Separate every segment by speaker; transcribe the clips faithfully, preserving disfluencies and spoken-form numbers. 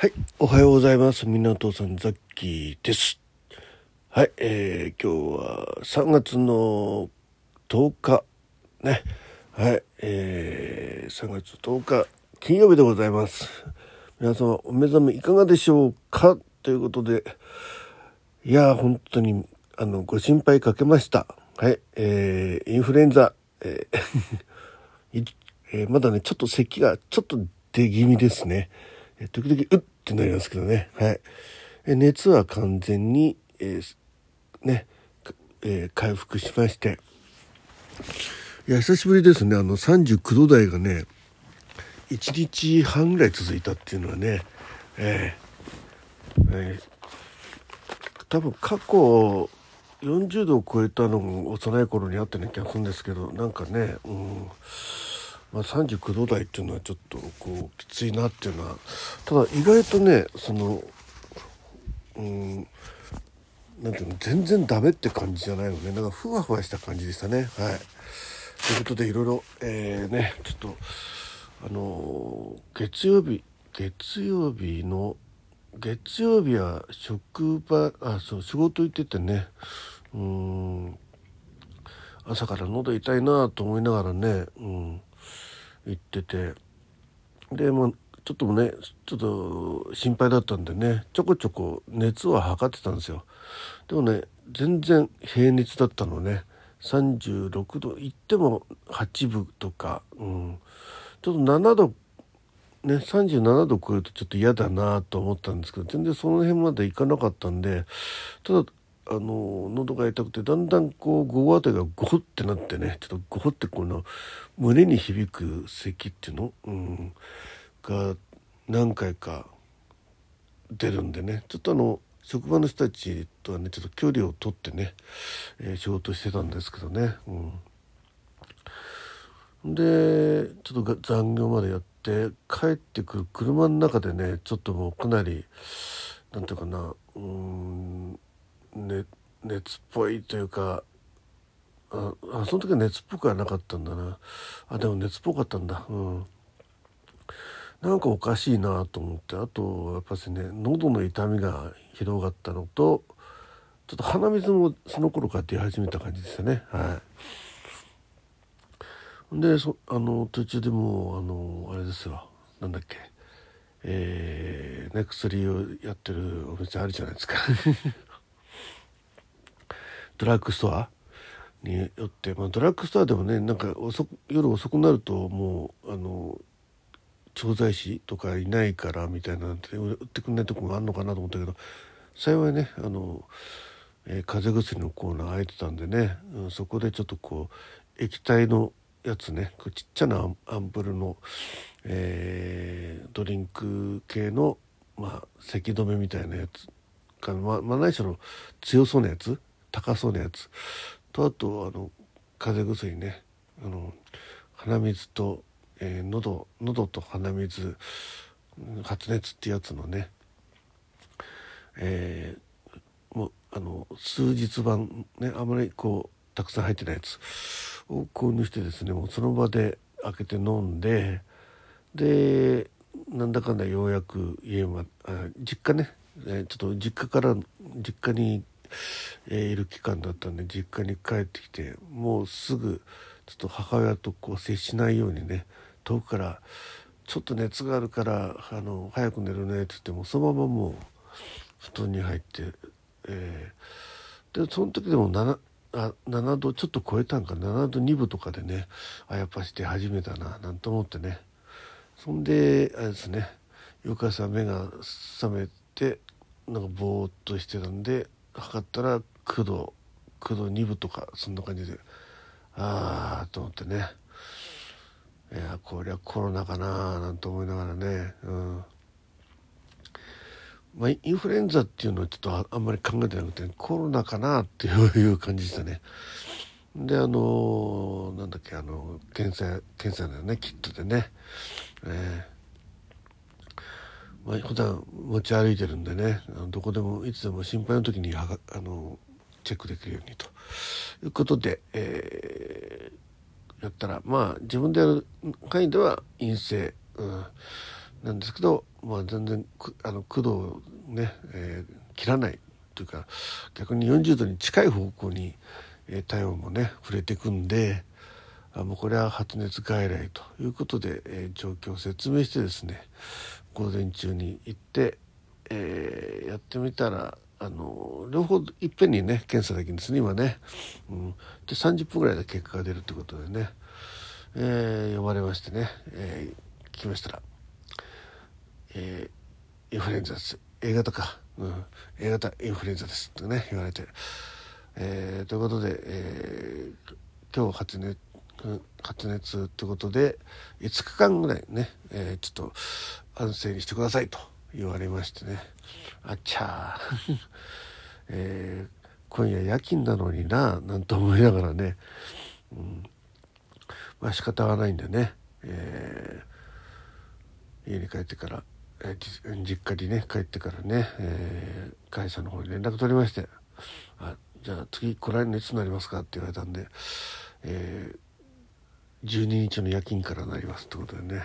Speaker 1: はい、おはようございます。港さんザッキーです。はい、えー、今日はさんがつのとおかね。はい、えー、さんがつとおか金曜日でございます。皆様お目覚めいかがでしょうかということで、いやー本当にあのご心配かけました。はい、えー、インフルエンザ、えーえー、まだねちょっと咳がちょっと出気味ですね。えー、時々うってなりますけどね。はい。えー、熱は完全に、えー、ね、えー、回復しまして、いや久しぶりですね。あのさんじゅうきゅうど台がねいちにちはんぐらい続いたっていうのはね、えーえー、多分過去よんじゅうどを超えたのも幼い頃にあったような気がするんですけど、なんかね、うんまあ、さんじゅうきゅうど台っていうのはちょっとこうきついなっていうのは、ただ意外とねそのうんなんていうの全然ダメって感じじゃないのね。なんかふわふわした感じでしたね。はい。ということでいろいろえー、ねちょっとあのー、月曜日月曜日の月曜日は職場あそう仕事行っててね、うーん朝から喉痛いなと思いながらね、うん、行ってて、でもうちょっともねちょっと心配だったんでねちょこちょこ熱は測ってたんですよ。でもね全然平熱だったのね。さんじゅうろくどいってもはちぶとか、うん、ちょっとななどねさんじゅうななど超えるとちょっと嫌だなと思ったんですけど、全然その辺までいかなかったんで、ただあの喉が痛くてだんだんこう午後あたりがゴホってなってね、ちょっとゴホってこの胸に響く咳っていうの、うん、が何回か出るんでね、ちょっとあの職場の人たちとはねちょっと距離を取ってね、えー、仕事してたんですけどね、うん、でちょっと残業までやって帰ってくる車の中でねちょっともうかなりなんていうかな、うーん、ね、熱っぽいというか、ああその時は熱っぽくはなかったんだな。あでも熱っぽかったんだ。うんなんかおかしいなと思って、あとやっぱりね喉の痛みが広がったのと、ちょっと鼻水もその頃から出始めた感じでしたね。はい。でそあの途中でもうあのあれですよ、なんだっけ、えーね、薬をやってるお店あるじゃないですかドラッグストアによって、まあ、ドラッグストアでもねなんか遅く夜遅くなるともうあの調剤師とかいないからみたいなんて売ってくんないとこがあるのかなと思ったけど、幸いねあの、えー、風邪薬のコーナー空いてたんでね、うん、そこでちょっとこう液体のやつね、こうちっちゃなアンプルの、えー、ドリンク系の、まあ、咳止めみたいなやつか、まあ、まあ何しろ強そうなやつ高そうなやつと、あとあの風邪薬ね、あの鼻水とえー、喉喉と鼻水発熱ってやつのね、えー、もうあの数日版ね、あまりこうたくさん入ってないやつを購入してですね、もうその場で開けて飲んで、でなんだかんだようやく家まあ実家ね、えー、ちょっと実家から実家に、えー、いる期間だったんで実家に帰ってきて、もうすぐちょっと母親とこう接しないようにね、遠くからちょっと熱があるからあの早く寝るねって言ってもそのままもう布団に入って、えー、でその時でも 7, あななどちょっと超えたんかななどにぶとかでね、あやっぱして始めたななんて思ってね、そんであれですね、翌朝目が覚めてなんかぼーっとしてたんで測ったらきゅうどきゅうどにぶとかそんな感じで、ああと思ってね、いやこりゃコロナかななんて思いながらね、うんまあ、インフルエンザっていうのはちょっと あ, あんまり考えてなくて、コロナかなっていう感じでしたね。であのなんだっけ、あの検査検査のねキットでね、えーまあ、普段持ち歩いてるんでね、どこでもいつでも心配な時にはあのチェックできるようにということで、えーやったらまあ自分でやる範囲では陰性、うん、 なんですけど、まあ、全然あのくどをね、えー、切らないというか、逆によんじゅうどに近い方向に、えー、体温もね触れていくんで、あもうこれは発熱外来ということで、えー、状況を説明してですね、午前中に行って、えー、やってみたらあの両方いっぺんにね検査できるんですね今ね、うん、でさんじゅっぷんぐらいで結果が出るということでね、えー、呼ばれましてね、えー、聞きましたら、えー、インフルエンザです、 A 型か、うん、A 型インフルエンザですってね言われて、えー、ということで、えー、今日発熱発熱ということでいつかかんぐらいね、えー、ちょっと安静にしてくださいと言われましてね、あっちゃー、えー、今夜夜勤なのにななんて思いながらね、うん、まあ仕方がないんでね、えー、家に帰ってから、えー、実家にね帰ってからね、えー、会社の方に連絡取りまして、あじゃあ次来られる熱になりますかって言われたんで、えーじゅうににちの夜勤からなりますってことでね、はい、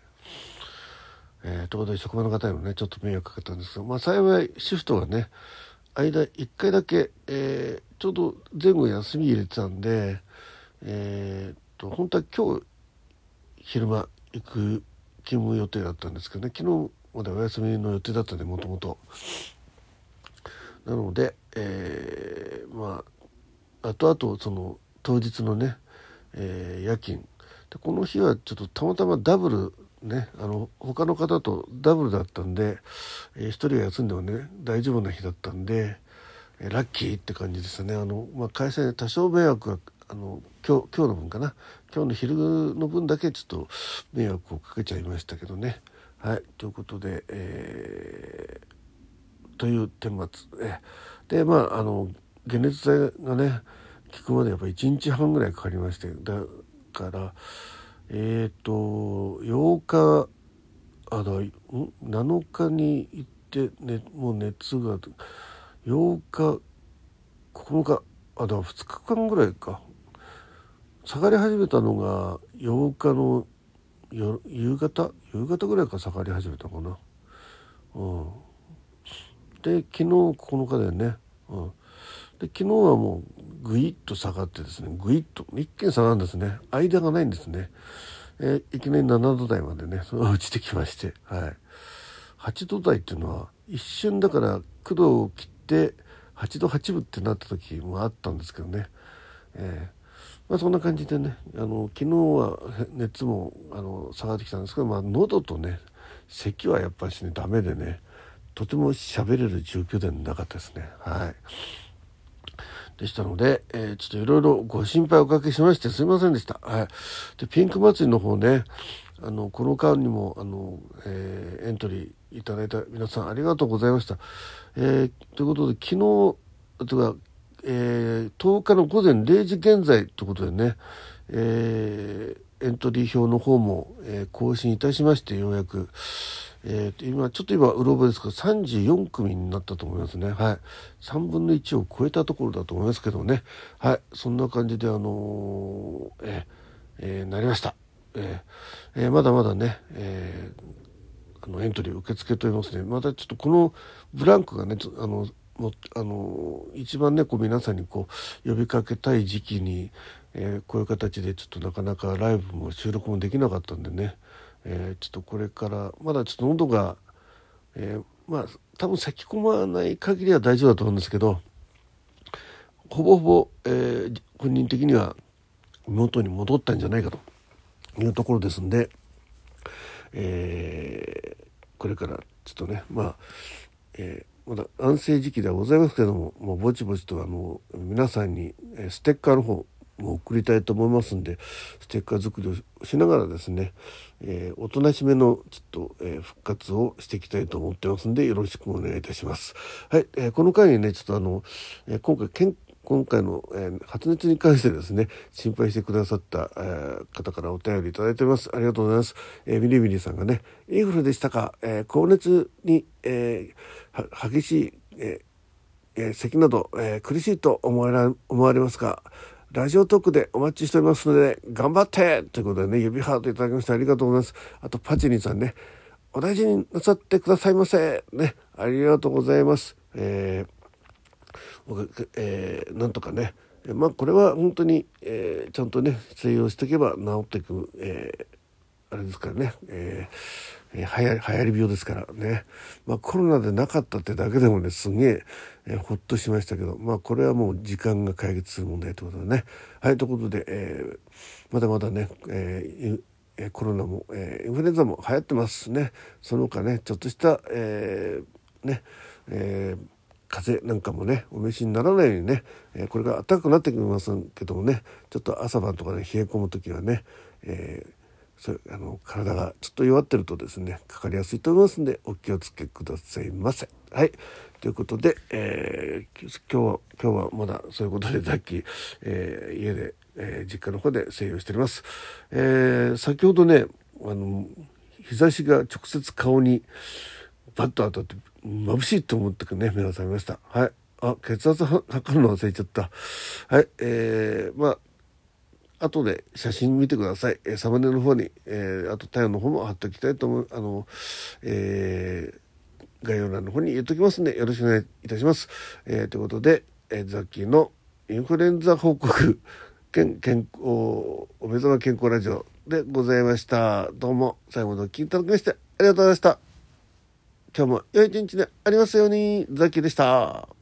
Speaker 1: えー、ということで職場の方にもねちょっと迷惑かけたんですけど、まあ幸いシフトがね間いっかいだけ、えー、ちょうど前後休み入れてたんで、えー、と本当は今日昼間行く勤務予定だったんですけどね、昨日までお休みの予定だったんでもともとなので、えー、まあ後々その当日のねえー、夜勤でこの日はちょっとたまたまダブルねあの他の方とダブルだったんで、えー、一人が休んでもね大丈夫な日だったんで、えー、ラッキーって感じでしたね。あの、まあ、会社に多少迷惑があの今日今日の分かな今日の昼の分だけちょっと迷惑をかけちゃいましたけどね。はいということで、えー、という顛末、えー、でまああの解熱剤がね効くまでやっぱりいちにちはんぐらいかかりまして、だからえっ、ー、とようかあだなのかに行って、ね、もう熱がようかここのかあだふつかかんぐらいか下がり始めたのがようかのよ夕方夕方ぐらいから下がり始めたかな、うん、で昨日ここのかだよね、うんで昨日はもうグイッと下がってですねグイッと一気に下がるんですね。間がないんですね、えー、いきなりななど台までねそれが落ちてきまして、はい、はちど台っていうのは一瞬だからきゅうどを切ってはちどはちぶってなった時もあったんですけどね、えーまあ、そんな感じでねあの昨日は熱もあの下がってきたんですけど、まあ、喉とね咳はやっぱりねダメでねとても喋れる状況ではなかったですね。はいでしたので、えー、ちょっといろいろご心配おかけしましてすいませんでした。はい、でピンク祭りの方ねあのこの間にもあの、えー、エントリーいただいた皆さんありがとうございました。えー、ということで昨日というか、えー、とおかの午前れいじ現在ということでね、えー、エントリー表の方も、えー、更新いたしましてようやくえー、今ちょっと今うろ覚えですけどさんじゅうよんくみになったと思いますね。はい、さんぶんのいちを超えたところだと思いますけどね。はい、そんな感じであのー、えーえー、なりました。えーえー、まだまだね、えー、あのエントリー受付と言いますね。またちょっとこのブランクがねあのもあの一番ねこう皆さんにこう呼びかけたい時期に、えー、こういう形でちょっとなかなかライブも収録もできなかったんでね。えー、ちょっとこれからまだちょっと喉が、えー、まあ多分咳き込まない限りは大丈夫だと思うんですけどほぼほぼ、えー、本人的には元に戻ったんじゃないかというところですんで、えー、これからちょっとねまあ、えー、まだ安静時期ではございますけどももうぼちぼちとあの皆さんにステッカーの方も送りたいと思いますんでステッカー作りをしながらですね、えー、おとなしめのちょっと、えー、復活をしていきたいと思ってますんでよろしくお願いいたします。はい、えー、この回にねちょっとあの、えー、今回けん今回の、えー、発熱に関してですね心配してくださった、えー、方からお便りいただいております。ありがとうございます。えー、ミリミリさんがねインフルでしたか、えー、高熱に、えー、激しい、えーえー、咳など、えー、苦しいと思われ、思われますがラジオトークでお待ちしておりますので頑張ってということでね指ハートいただきましてありがとうございます。あとパチニーさんねお大事になさってくださいませ。ね、ありがとうございます。えーえー、なんとかね、まあこれは本当に、えー、ちゃんとね静養していけば治っていく、えー、あれですからね、えー、流行り、流行り病ですからね。まあコロナでなかったってだけでもねすげええー、ほっとしましたけど、まあこれはもう時間が解決する問題ということでね。はい、ということで、えー、まだまだね、えー、コロナも、えー、インフルエンザも流行ってますね。その他ねちょっとした、えー、ね、えー風邪なんかもねお召しにならないようにね、えー、これが暖かくなってきますけどもね、ちょっと朝晩とかね冷え込む時はね、えーそあの体がちょっと弱ってるとですねかかりやすいと思いますのでお気をつけくださいませ。はい、ということで、えー、今日は今日はまだそういうことでさっき、えー、家で、えー、実家の方で静養しております。えー、先ほどねあの日差しが直接顔にバッと当たって眩しいと思ってね目が覚めました。はい、あ血圧測るの忘れちゃった。はい、えー、まあ後で写真見てください。えー、サムネの方に、えー、あと体温の方も貼っておきたいと思う。あの、えー、概要欄の方に入れておきますのでよろしくお願いいたします。えー、ということで、えー、ザッキーのインフルエンザ報告健健康お目覚め健康ラジオでございました。どうも最後までお聞きいただきましてありがとうございました。今日も良い一日でありますように。ザッキーでした。